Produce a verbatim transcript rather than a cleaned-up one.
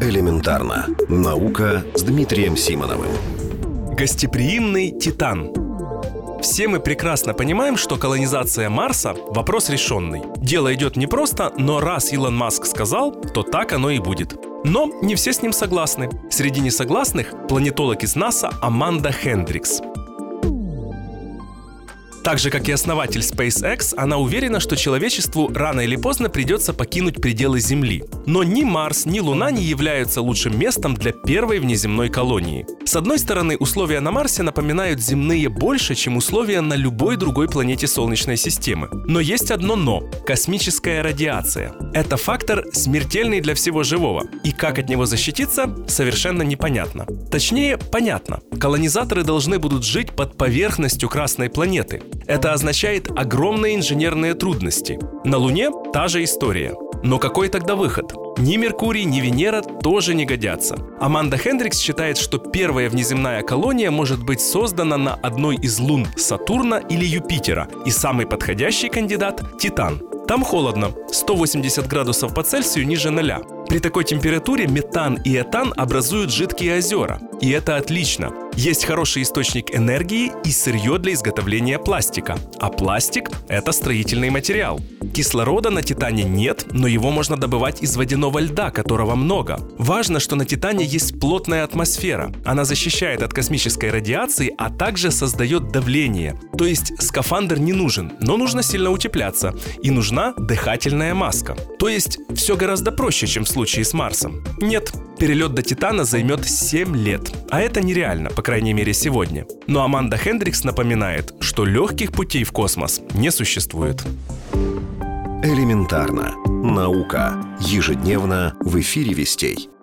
Элементарно. Наука с Дмитрием Симоновым. Гостеприимный Титан. Все мы прекрасно понимаем, что колонизация Марса – вопрос решенный. Дело идет непросто, но раз Илон Маск сказал, то так оно и будет. Но не все с ним согласны. Среди несогласных – планетолог из НАСА Аманда Хендрикс. Так же, как и основатель SpaceX, она уверена, что человечеству рано или поздно придется покинуть пределы Земли. Но ни Марс, ни Луна не являются лучшим местом для первой внеземной колонии. С одной стороны, условия на Марсе напоминают земные больше, чем условия на любой другой планете Солнечной системы. Но есть одно «но» – космическая радиация. Это фактор, смертельный для всего живого. И как от него защититься, совершенно непонятно. Точнее, понятно. Колонизаторы должны будут жить под поверхностью Красной планеты. Это означает огромные инженерные трудности. На Луне та же история. Но какой тогда выход? Ни Меркурий, ни Венера тоже не годятся. Аманда Хендрикс считает, что первая внеземная колония может быть создана на одной из лун Сатурна или Юпитера. И самый подходящий кандидат – Титан. Там холодно, сто восемьдесят градусов по Цельсию ниже ноля. При такой температуре метан и этан образуют жидкие озера. И это отлично. Есть хороший источник энергии и сырье для изготовления пластика. А пластик – это строительный материал. Кислорода на Титане нет, но его можно добывать из водяного льда, которого много. Важно, что на Титане есть плотная атмосфера. Она защищает от космической радиации, а также создает давление. То есть скафандр не нужен, но нужно сильно утепляться. И нужна дыхательная маска. То есть все гораздо проще, чем в случае с Марсом. Нет, перелет до Титана займет семь лет. А это нереально, по крайней мере сегодня. Но Аманда Хендрикс напоминает, что легких путей в космос не существует. Элементарно. Наука. Ежедневно в эфире Вестей.